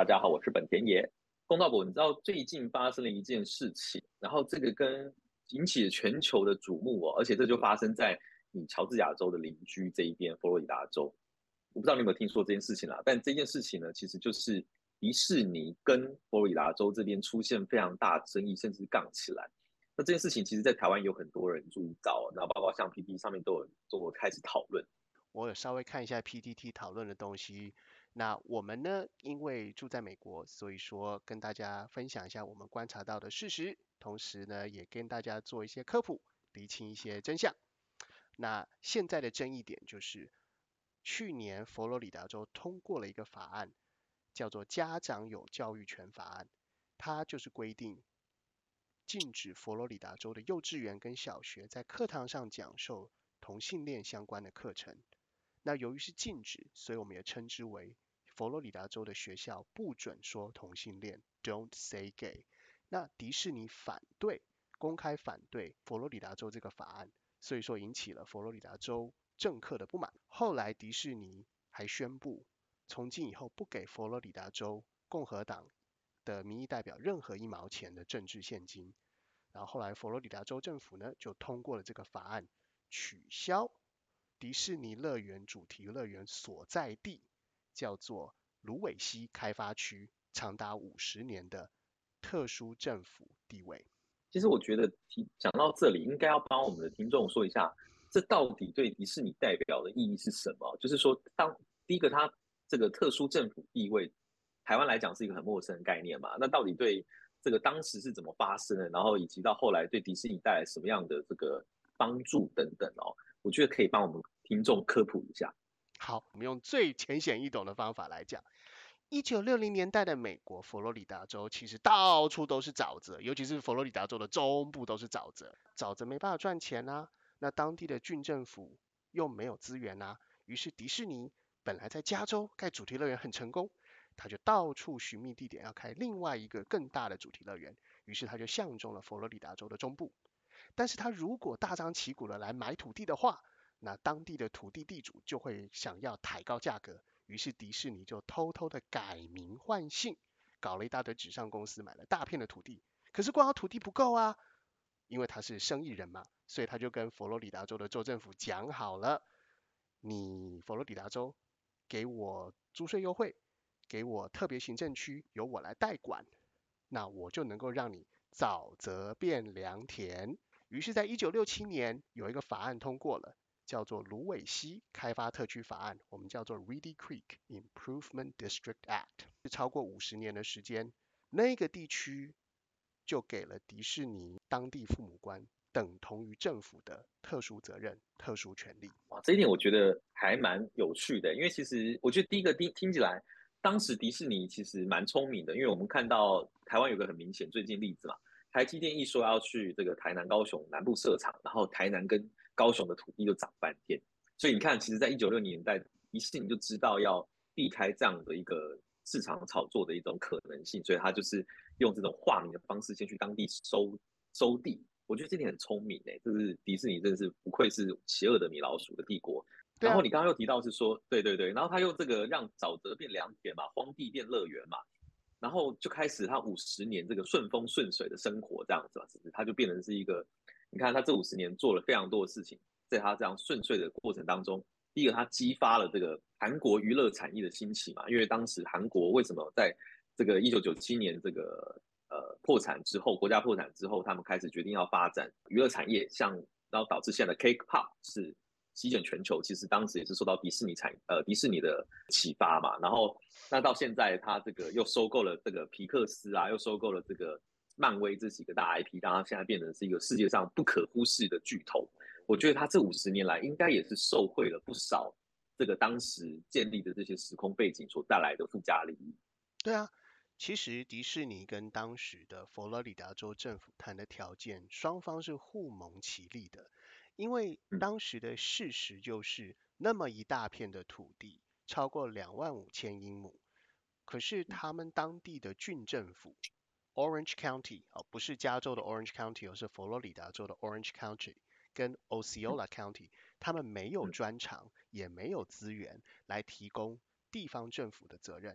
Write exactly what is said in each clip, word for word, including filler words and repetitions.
家好，我是本田爷。公道伯，你知道最近发生了一件事情，然后这个跟引起了全球的瞩目哦，而且这就发生在你乔治亚州的邻居这一边，佛罗里达州。我不知道你有没有听说这件事情啦，但这件事情呢，其实就是迪士尼跟佛罗里达州这边出现非常大的争议，甚至杠起来。那这件事情其实，在台湾有很多人注意到，然后包括像 P P 上面都有做开始讨论。 我有稍微看一下 P T T 讨论的东西。那我们呢，因为住在美国，所以说跟大家分享一下我们观察到的事实，同时呢，也跟大家做一些科普，厘清一些真相。那现在的争议点就是，去年佛罗里达州通过了一个法案，叫做《家长有教育权法案》，它就是规定禁止佛罗里达州的幼稚园跟小学在课堂上讲授同性恋相关的课程。那由于是禁止，所以我们也称之为佛罗里达州的学校不准说同性恋 （Don't say gay）。那迪士尼反对，公开反对佛罗里达州这个法案，所以说引起了佛罗里达州政客的不满。后来迪士尼还宣布，从今以后不给佛罗里达州共和党的民意代表任何一毛钱的政治现金。然后后来佛罗里达州政府呢就通过了这个法案，取消迪士尼乐园主题乐园所在地叫做芦苇溪开发区长达五十年的特殊政府地位。 其实我觉得提讲到这里，应该要帮我们的听众说一下，这到底对迪士尼代表的意义是什么？就是说，当第一个，它这个特殊政府地位，台湾来讲是一个很陌生的概念嘛。那到底对这个当时是怎么发生的？然后以及到后来对迪士尼带来什么样的这个帮助等等哦，我觉得可以帮我们听众科普一下。 好，我们用最浅显易懂的方法来讲。一九六零年代的美国佛罗里达州其实到处都是沼泽，尤其是佛罗里达州的中部都是沼泽。沼泽没办法赚钱啊，那当地的郡政府又没有资源啊，于是迪士尼本来在加州盖主题乐园很成功，他就到处寻觅地点要开另外一个更大的主题乐园，于是他就相中了佛罗里达州的中部。但是他如果大张旗鼓的来买土地的话，那当地的土地地主就会想要抬高价格，于是迪士尼就偷偷的改名换姓，搞了一大堆纸上公司，买了大片的土地。可是光有土地不够啊，因为他是生意人嘛，所以他就跟佛罗里达州的州政府讲好了，你佛罗里达州给我租税优惠，给我特别行政区由我来代管，那我就能够让你沼泽变良田。于是，在一九六七年有一个法案通过了，叫做芦苇溪开发特区法案，我们叫做 Reedy Creek Improvement District Act。是超过五十年的时间，那个地区就给了迪士尼当地父母官等同于政府的特殊责任、特殊权利。 哇，这一点我觉得还蛮有趣的，因为其实我觉得第一个听听起来，当时迪士尼其实蛮聪明的，因为我们看到台湾有个很明显最近例子嘛，台积电一说要去这个台南、高雄南部设厂，然后台南跟高雄的土地就涨半天，所以你看，其实在一九六零年代，迪士尼就知道要避开这样的一个市场炒作的一种可能性，所以他就是用这种化名的方式先去当地收收地，我觉得这点很聪明诶，这是迪士尼真的是不愧是邪恶的米老鼠的帝国。 对啊， 然后你刚刚又提到是说，对对对，然后他用这个让沼泽变良田嘛，荒地变乐园嘛，然后就开始他五十年这个顺风顺水的生活这样子嘛，是不是？他就变成是一个，你看他这五十年做了非常多的事情，在他这样顺遂的过程当中，第一个他激发了这个韩国娱乐产业的兴起嘛，因为当时韩国为什么在这个一九九七年这个呃破产之后，国家破产之后，他们开始决定要发展娱乐产业，像然后导致现在的 K-pop 是席卷全球，其实当时也是受到迪士尼产呃迪士尼的启发嘛。然后那到现在，他这个又收购了这个皮克斯啊，又收购了这个漫威这几个大 I P，让他现在变成是一个世界上不可忽视的巨头。我觉得他这五十年来应该也是受惠了不少这个当时建立的这些时空背景所带来的附加利益。 对啊，其实迪士尼跟当时的佛罗里达州政府谈的条件，双方是互蒙其利的，因为嗯当时的事实就是那么一大片的土地，超过两万五千英亩，可是嗯他们当地的郡政府 Orange County 哦，不是加州的 Orange County，而是佛罗里达州的 Orange County 跟 Osceola County，他们没有嗯专长，也没有资源来提供地方政府的责任。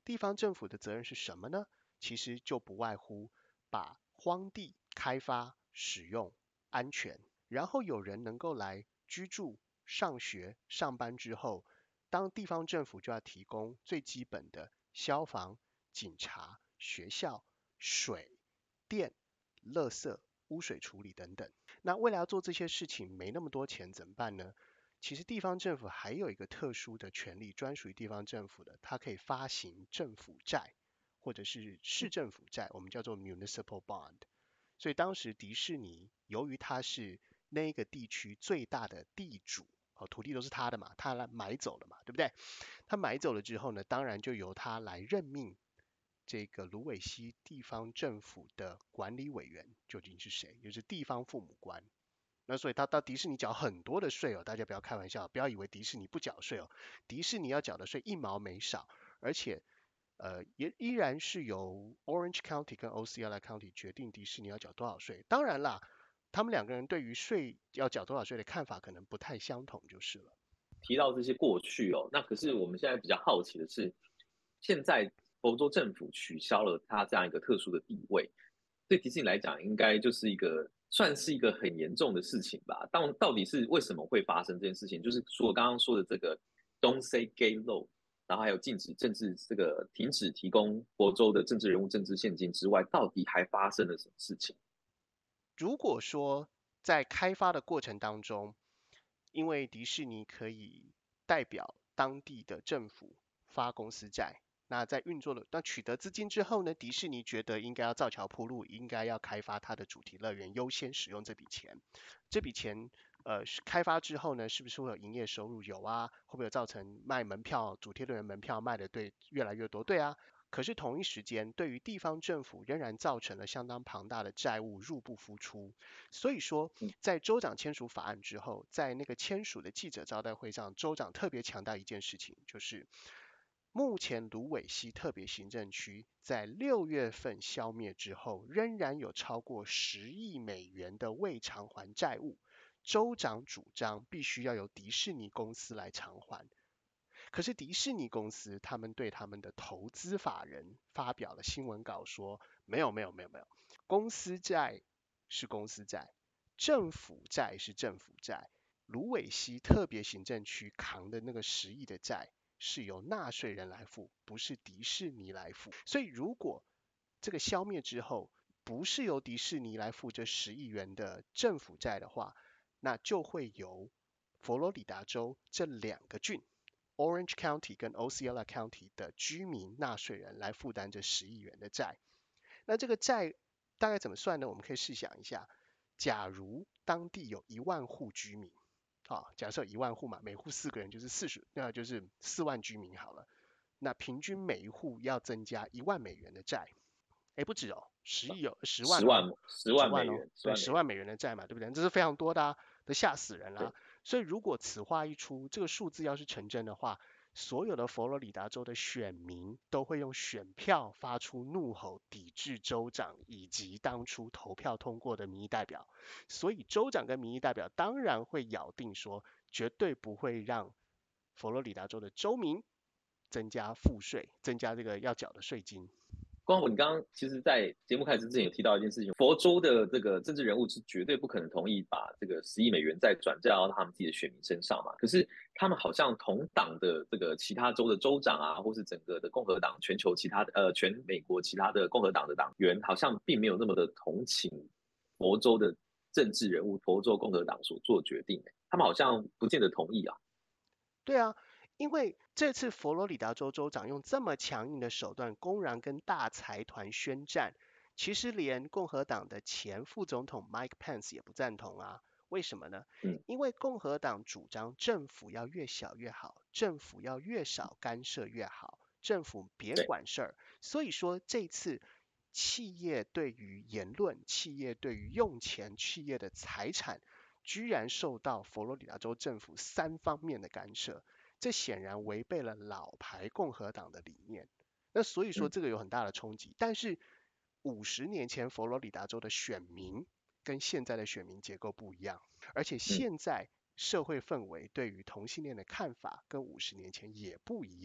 地方政府的责任是什么呢？其实就不外乎把荒地开发、使用、安全，然后有人能够来居住、上学、上班之后，当地方政府就要提供最基本的消防、警察、学校、水、电、垃圾、污水处理等等。那为了要做这些事情，没那么多钱怎么办呢？其实地方政府还有一个特殊的权利，专属于地方政府的，它可以发行政府债，或者是市政府债，我们叫做 municipal bond。所以当时迪士尼由于它是那个地区最大的地主，哦，土地都是他的嘛，他来买走了嘛，对不对？他买走了之后呢，当然就由他来任命这个芦苇溪地方政府的管理委员究竟是谁，就是地方父母官。那所以他到迪士尼缴很多的税哦，大家不要开玩笑，不要以为迪士尼不缴税哦，迪士尼要缴的税一毛没少，而且呃也依然是由 Orange County 跟 O C L A County 决定迪士尼要缴多少税。当然啦，他们两个人对于税要缴多少税的看法可能不太相同就是了。 提到这些过去哦，那可是我们现在比较好奇的是，现在佛州政府取消了它这样一个特殊的地位，对迪士尼来讲，应该就是一个算是一个很严重的事情吧？到到底是为什么会发生这件事情？就是说刚刚说的这个 "Don't say gay law"，然后还有禁止政治这个停止提供佛州的政治人物政治现金之外，到底还发生了什么事情？ 如果说在开发的过程当中，因为迪士尼可以代表当地的政府发公司债，那在运作了，那取得资金之后呢，迪士尼觉得应该要造桥铺路，应该要开发它的主题乐园，优先使用这笔钱。这笔钱呃开发之后呢，是不是会有营业收入？有啊，会不会有造成卖门票、主题乐园门票卖的对越来越多？对啊。可是同一时间，对于地方政府仍然造成了相当庞大的债务，入不敷出。所以说，在州长签署法案之后，在那个签署的记者招待会上，州长特别强调一件事情，就是目前芦苇溪特别行政区在六月份消灭之后，仍然有超过十亿美元的未偿还债务。州长主张必须要由迪士尼公司来偿还。可是迪士尼公司他们对他们的投资法人发表了新闻稿说，没有没有没有没有，公司债是公司债，政府债是政府债，芦苇溪特别行政区扛的那个十亿的债是由纳税人来付，不是迪士尼来付。所以如果这个消灭之后，不是由迪士尼来付这十亿元的政府债的话，那就会由佛罗里达州这两个郡 Orange County 跟 O C L A County 的居民纳税人来负担这十亿元的债。那这个债大概怎么算呢？我们可以试想一下，假如当地有一万户居民，好，假设一万户嘛，每户四个人就是四十，那就是四万居民好了。那平均每一户要增加一万美元的债，哎，不止哦，十亿哦，十万哦， 十万十十万哦， 万美元，十对， 万美元。 十万美元的债嘛，对不对？这是非常多的啊，都吓死人啦、 对， 啊。所以如果此话一出，这个数字要是成真的话，所有的佛罗里达州的选民都会用选票发出怒吼，抵制州长以及当初投票通过的民意代表。所以州长跟民意代表当然会咬定说，绝对不会让佛罗里达州的州民增加赋税，增加这个要缴的税金。 光我，你刚刚其实，在节目开始之前有提到一件事情，佛州的这个政治人物是绝对不可能同意把这个十亿美元再转嫁到他们自己的选民身上嘛。可是他们好像同党的这个其他州的州长啊，或是整个的共和党、全球其他的呃全美国其他的共和党的党员，好像并没有那么的同情佛州的政治人物、佛州共和党所做决定，他们好像不见得同意啊。 对啊，因为这次佛罗里达州州长用这么强硬的手段公然跟大财团宣战，其实连共和党的前副总统 Mike Pence 也不赞同啊。为什么呢？ 嗯， 因为共和党主张政府要越小越好，政府要越少干涉越好，政府别对， 管事儿。所以说这次企业对于言论、企业对于用钱、企业的财产居然受到佛罗里达州政府三方面的干涉，这显然违背了老牌共和党的理念。那所以说嗯这个有很大的冲击。但是五十年前佛罗里达州的选民跟现在的选民结构不一样，而且嗯。 现在社会氛围对于同性恋的看法跟五十年前也不一样。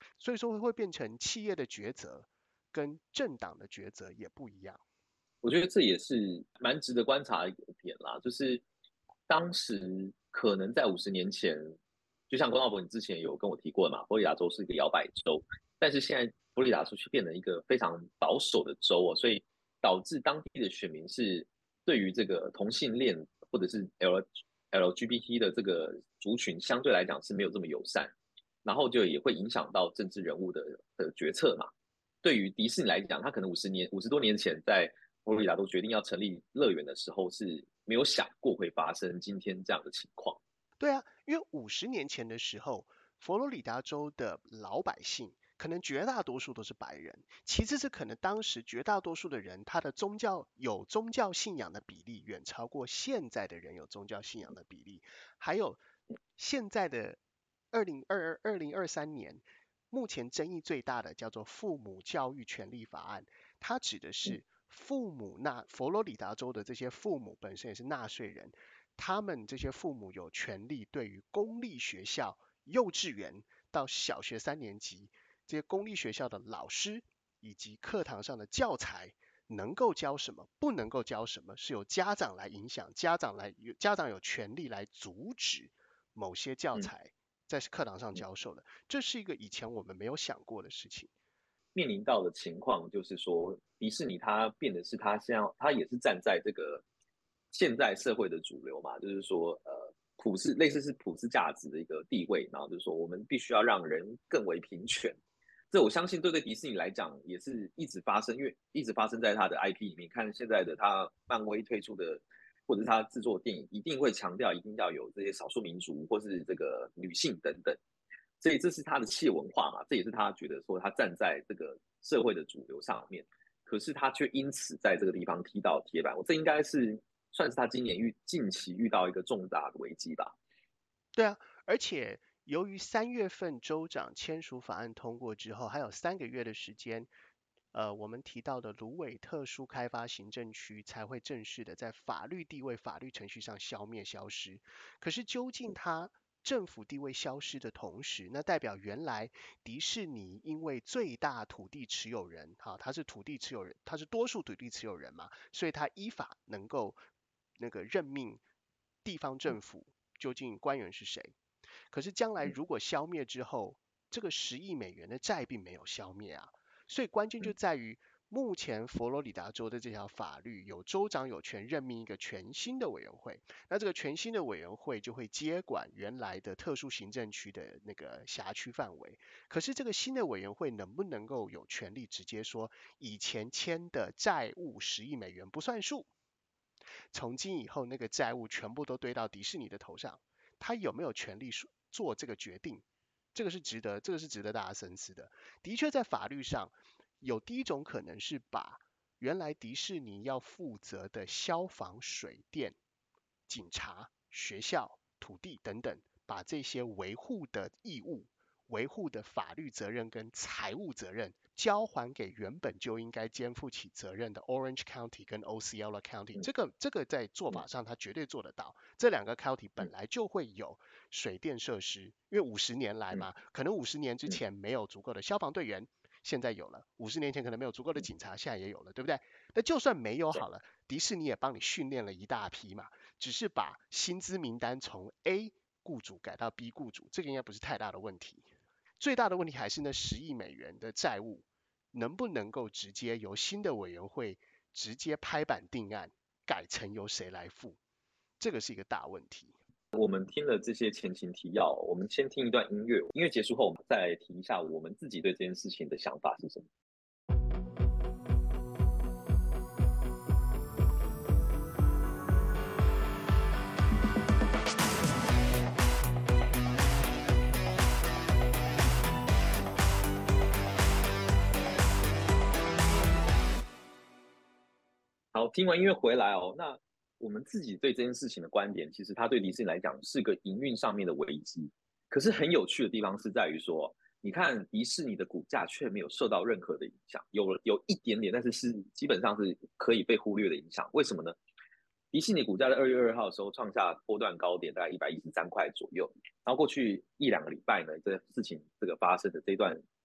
所以说会变成企业的抉择跟政党的抉择也不一样。 我觉得这也是蛮值得观察的一个点啦，就是当时可能在五十年前，就像关道博你之前有跟我提过的嘛，佛罗里达州是一个摇摆州，但是现在佛罗里达州却变成一个非常保守的州哦，所以导致当地的选民是对于这个同性恋或者是 L LGBT 的这个族群相对来讲是没有这么友善，然后就也会影响到政治人物的的决策嘛。对于迪士尼来讲，他可能五十年五十多年前在佛罗里达州决定要成立乐园的时候，是没有想过会发生今天这样的情况。 对啊，因为五十年前的时候，佛罗里达州的老百姓可能绝大多数都是白人，其次是可能当时绝大多数的人他的宗教有宗教信仰的比例远超过现在的人有宗教信仰的比例，还有现在的二零二二二零二三年。目前争议最大的叫做父母教育权利法案，它指的是父母纳佛罗里达州的这些父母本身也是纳税人，他们这些父母有权利对于公立学校、幼稚园到小学三年级这些公立学校的老师以及课堂上的教材能够教什么，不能够教什么，是由家长来影响，家长来家长有权利来阻止某些教材在课堂上教授的，这是一个以前我们没有想过的事情。 面临到的情况就是说，迪士尼它变得是它现在它也是站在这个现在社会的主流嘛，就是说呃普世类似是普世价值的一个地位，然后就是说我们必须要让人更为平权。这我相信对对迪士尼来讲也是一直发生，因为一直发生在它的 I P 里面。看现在的它漫威推出的或者是它制作的电影，一定会强调一定要有这些少数民族或是这个女性等等。所以这是他的企业文化嘛，这也是他觉得说他站在这个社会的主流上面，可是他却因此在这个地方踢到铁板，我这应该是算是他今年遇近期遇到一个重大的危机吧。 对啊，而且由于三月份州长签署法案通过之后，还有三个月的时间，呃，我们提到的芦苇特殊开发行政区才会正式的在法律地位、法律程序上消灭消失。可是究竟它政府地位消失的同时，那代表原来迪士尼因为最大土地持有人，哈，他是土地持有人，他是多数土地持有人嘛，所以他依法能够那个任命地方政府究竟官员是谁。可是将来如果消灭之后，这个十亿美元的债并没有消灭啊，所以关键就在于目前佛罗里达州的这条法律，有州长有权任命一个全新的委员会，那这个全新的委员会就会接管原来的特殊行政区的那个辖区范围。可是这个新的委员会能不能够有权利直接说，以前签的债务十亿美元不算数，从今以后那个债务全部都堆到迪士尼的头上？他有没有权利做这个决定？这个是值得，这个是值得大家深思的。的确，在法律上，有第一种可能是把原来迪士尼要负责的消防、水电、警察、学校、土地等等，把这些维护的义务、维护的法律责任跟财务责任交还给原本就应该肩负起责任的 Orange County 跟 Osceola County。这个这个在做法上他绝对做得到。这两个 county 本来就会有水电设施，因为五十年来嘛，可能五十年之前没有足够的消防队员，现在有了；五十年前可能没有足够的警察，现在也有了，对不对？那就算没有好了，迪士尼也帮你训练了一大批嘛，只是把薪资名单从 A 雇主改到 B 雇主，这个应该不是太大的问题。最大的问题还是那十亿美元的债务，能不能够直接由新的委员会直接拍板定案，改成由谁来付？这个是一个大问题。 我们听了这些前情提要，我们先听一段音乐，音乐结束后，我们再来提一下我们自己对这件事情的想法是什么。好，听完音乐回来哦，那我们自己对这件事情的观点，其实它对迪士尼来讲是个营运上面的危机。可是很有趣的地方是在于说，你看迪士尼的股价却没有受到任何的影响，有有一点点，但是是基本上是可以被忽略的影响。为什么呢？迪士尼股价在二月二号的时候创下波段高点，大概一百一十三块左右。然后过去一两个礼拜呢，这事情这个发生的这段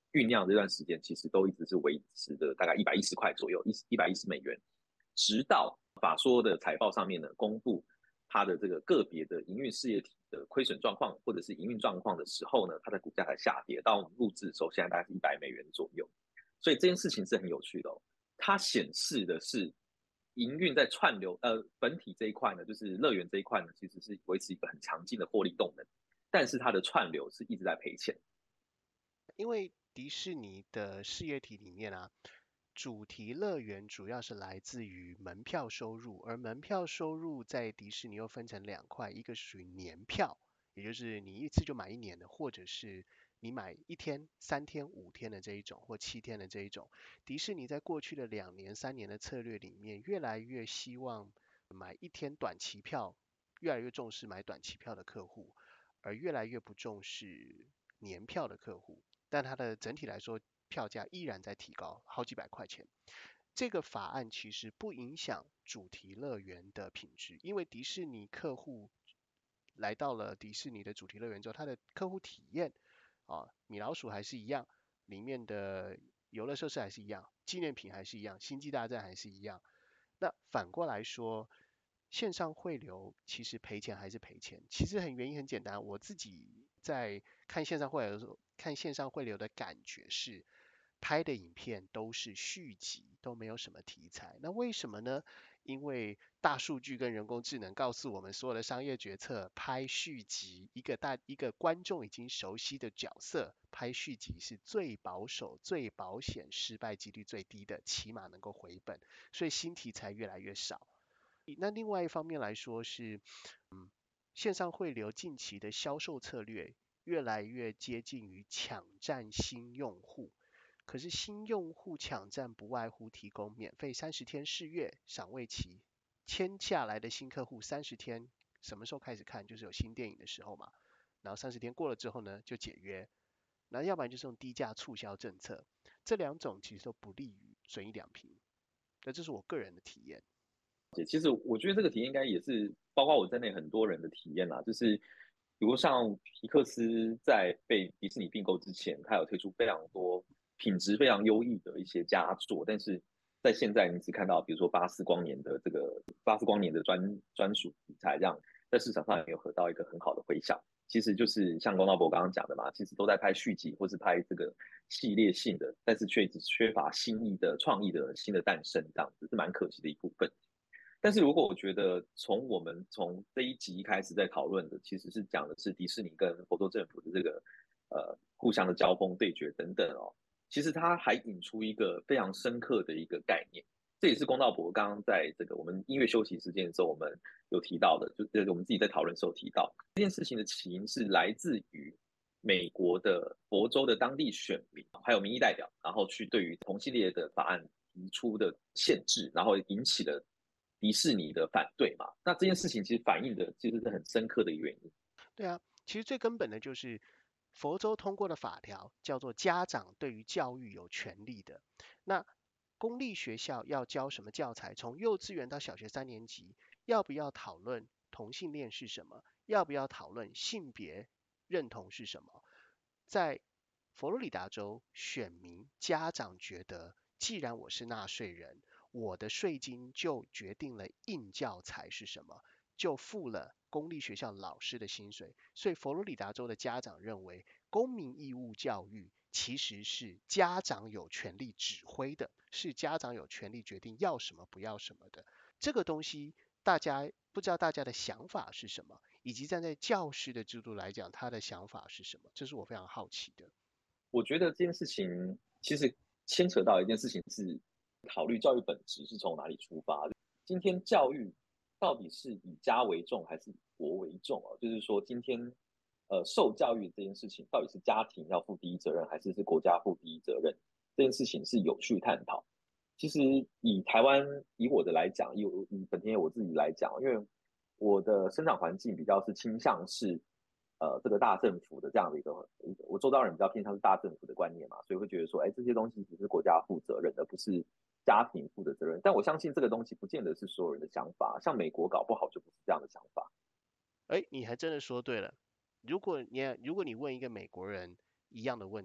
酝酿这段时间，其实都一直是维持的大概一百一十块左右，一一百一十美元，直到法说的财报上面呢公布它的这个个别的营运事业体的亏损状况或者是营运状况的时候呢，它的股价才下跌。到我们录制的时候，现在大概是一百美元左右。所以这件事情是很有趣的哦。它显示的是营运在串流呃本体这一块呢，就是乐园这一块呢，其实是维持一个很强劲的获利动能，但是它的串流是一直在赔钱。 因为迪士尼的事业体里面啊，主题乐园主要是来自于门票收入，而门票收入在迪士尼又分成两块，一个是属于年票，也就是你一次就买一年的，或者是你买一天、三天、五天的这一种，或七天的这一种。迪士尼在过去的两年、三年的策略里面，越来越希望买一天短期票，越来越重视买短期票的客户，而越来越不重视年票的客户。但它的整体来说，票价依然在提高，好几百块钱。这个法案其实不影响主题乐园的品质，因为迪士尼客户来到了迪士尼的主题乐园之后，他的客户体验啊，米老鼠还是一样，里面的游乐设施还是一样，纪念品还是一样，星际大战还是一样。那反过来说，线上汇流其实赔钱还是赔钱，其实很原因很简单，我自己在看线上汇流的时候，看线上汇流的感觉是，拍的影片都是续集，都没有什么题材。那为什么呢？因为大数据跟人工智能告诉我们，所有的商业决策拍续集，一个大一个观众已经熟悉的角色，拍续集是最保守、最保险、失败几率最低的，起码能够回本，所以新题材越来越少。那另外一方面来说是，嗯，线上汇流近期的销售策略越来越接近于抢占新用户。可是新用户抢占不外乎提供免费三十天试阅赏味期，签下来的新客户三十天什么时候开始看？就是有新电影的时候嘛。然后三十天过了之后呢，就解约。那要不然就是用低价促销政策，这两种其实都不利于损益两平。那这是我个人的体验。 其实我觉得这个体验应该也是包括我在内很多人的体验啦，就是比如像皮克斯在被迪士尼并购之前，它有推出非常多品质非常优异的一些佳作，但是在现在你只看到比如说巴斯光年的这个巴斯光年的专专属题材，这样在市场上也有得到一个很好的回响。其实就是像龚道博刚刚讲的嘛，其实都在拍续集或是拍这个系列性的，但是却只缺乏新意的创意的新的诞生，这样子是蛮可惜的一部分。但是如果我觉得从我们从这一集开始在讨论的，其实是讲的是迪士尼跟佛州政府的这个呃互相的交锋对决等等哦，其实它还引出一个非常深刻的一个概念，这也是龚道博刚刚在这个我们音乐休息时间的时候，我们有提到的，就我们自己在讨论的时候提到这件事情的起因是来自于美国的佛州的当地选民还有民意代表，然后去对于同性恋的法案提出的限制，然后引起了迪士尼的反对嘛。那这件事情其实反映的其实是很深刻的原因。 对啊，其实最根本的就是佛州通过的法条叫做家长对于教育有权利的。那公立学校要教什么教材？从幼稚园到小学三年级，要不要讨论同性恋是什么？要不要讨论性别认同是什么？在佛罗里达州，选民家长觉得，既然我是纳税人，我的税金就决定了硬教材是什么，就付了公立学校老师的薪水。所以佛罗里达州的家长认为，公民义务教育其实是家长有权利指挥的，是家长有权利决定要什么不要什么的。这个东西大家不知道大家的想法是什么，以及站在教师的制度来讲，他的想法是什么，这是我非常好奇的。 我觉得这件事情其实牵扯到一件事情是考虑教育本质是从哪里出发的。今天教育到底是以家为重还是以国为重啊？就是说今天呃受教育这件事情到底是家庭要负第一责任，还是是国家负第一责任？这件事情是有趣探讨。其实以台湾以我的来讲，以以本田我自己来讲，因为我的生长环境比较是倾向是呃这个大政府的这样的一个，我周遭人比较偏向是大政府的观念嘛，所以会觉得说，哎，这些东西只是国家负责任，而不是家庭负的责任。但我相信这个东西不见得是所有人的想法，像美国搞不好就不是这样的想法。 哎，你还真的说对了。如果你如果你问一个美国人一样的问题，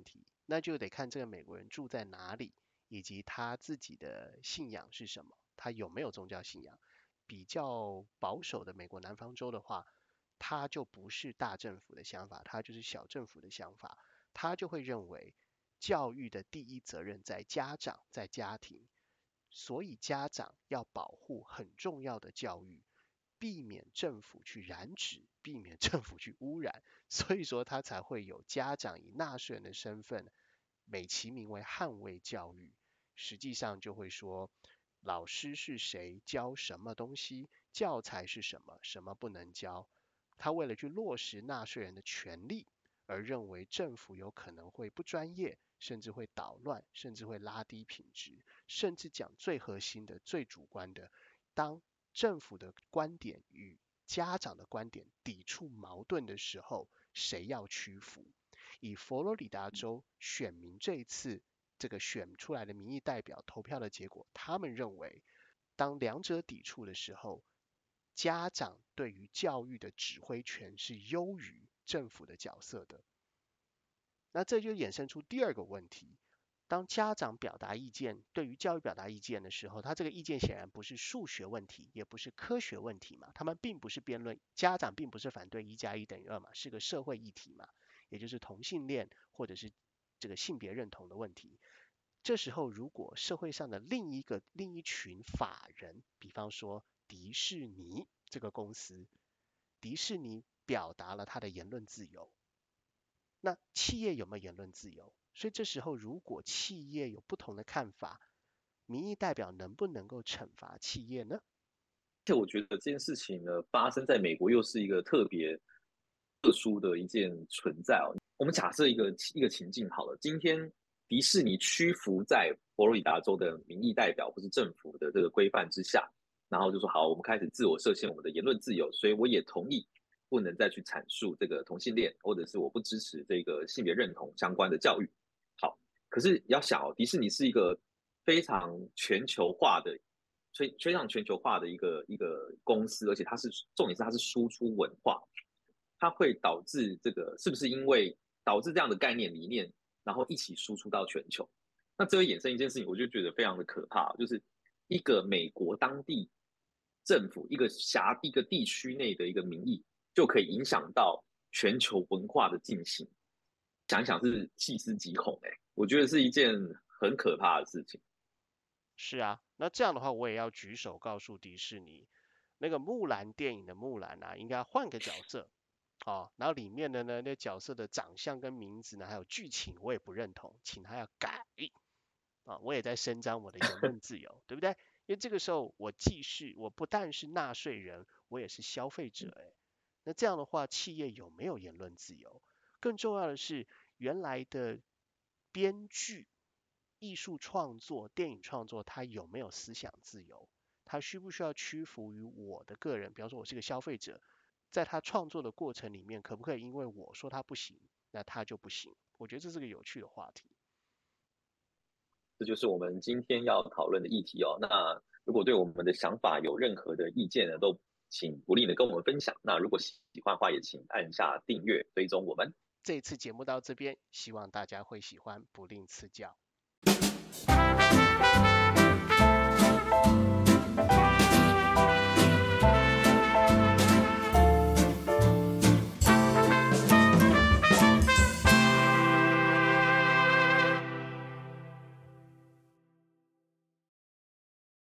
那就得看这个美国人住在哪里，以及他自己的信仰是什么，他有没有宗教信仰。比较保守的美国南方州的话，他就不是大政府的想法，他就是小政府的想法，他就会认为教育的第一责任在家长，在家庭，所以家长要保护很重要的教育，避免政府去染指，避免政府去污染，所以说他才会有家长以纳税人的身份，美其名为捍卫教育，实际上就会说老师是谁，教什么东西，教材是什么，什么不能教。他为了去落实纳税人的权利，而认为政府有可能会不专业，甚至会捣乱，甚至会拉低品质，甚至讲最核心的、最主观的，当政府的观点与家长的观点抵触矛盾的时候，谁要屈服？以佛罗里达州选民这一次这个选出来的民意代表投票的结果，他们认为，当两者抵触的时候，家长对于教育的指挥权是优于政府的角色的。那这就衍生出第二个问题，当家长表达意见，对于教育表达意见的时候，他这个意见显然不是数学问题，也不是科学问题嘛，他们并不是辩论，家长并不是反对一加一等于二嘛，是个社会议题嘛，也就是同性恋或者是这个性别认同的问题。这时候，如果社会上的另一个另一群法人，比方说迪士尼这个公司，迪士尼表达了他的言论自由，那企业有没有言论自由？所以这时候，如果企业有不同的看法，民意代表能不能够惩罚企业呢？ 而且我觉得这件事情呢，发生在美国又是一个特别特殊的一件存在哦。我们假设一个一个情境好了，今天迪士尼屈服在佛罗里达州的民意代表或是政府的这个规范之下，然后就说好，我们开始自我设限我们的言论自由，所以我也同意不能再去阐述这个同性恋，或者是我不支持这个性别认同相关的教育。好，可是要想哦，迪士尼是一个非常全球化的非非常全球化的一个一个公司，而且它是重点是它是输出文化，它会导致这个是不是因为导致这样的概念理念，然后一起输出到全球？那这会衍生一件事情，我就觉得非常的可怕，就是一个美国当地政府一个辖一个地区内的一个民意，就可以影响到全球文化的进行。想一想是细思极恐哎、欸，我觉得是一件很可怕的事情。 是啊，那这样的话，我也要举手告诉迪士尼，那个木兰电影的木兰啊，应该换个角色。哦，然后里面的呢，那角色的长相跟名字呢，还有剧情我也不认同，请他要改啊，我也在伸张我的言论自由，对不对？因为这个时候我既是我不但是纳税人，我也是消费者，哎，那这样的话，企业有没有言论自由？更重要的是，原来的编剧、艺术创作、电影创作，它有没有思想自由？它需不需要屈服于我的个人？比方说，我是个消费者，在他创作的过程里面，可不可以因为我说他不行，那他就不行？我觉得这是个有趣的话题。 这就是我们今天要讨论的议题哦。那如果对我们的想法有任何的意见呢，都请不吝的跟我们分享。那如果喜欢的话，也请按下订阅，追踪我们。 这次节目到这边，希望大家会喜欢，不吝赐教。